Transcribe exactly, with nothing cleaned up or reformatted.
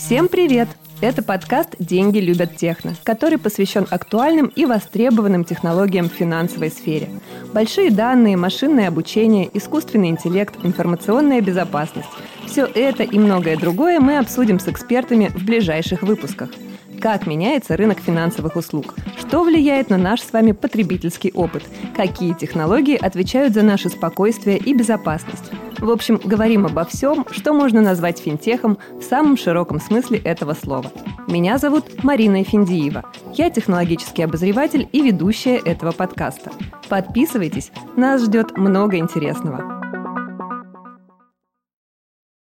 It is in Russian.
Всем привет! Это подкаст «Деньги любят техно», который посвящен актуальным и востребованным технологиям в финансовой сфере. Большие данные, машинное обучение, искусственный интеллект, информационная безопасность – все это и многое другое мы обсудим с экспертами в ближайших выпусках. Как меняется рынок финансовых услуг? Что влияет на наш с вами потребительский опыт? Какие технологии отвечают за наше спокойствие и безопасность? В общем, говорим обо всем, что можно назвать финтехом в самом широком смысле этого слова. Меня зовут Марина Эфендиева. Я технологический обозреватель и ведущая этого подкаста. Подписывайтесь, нас ждет много интересного.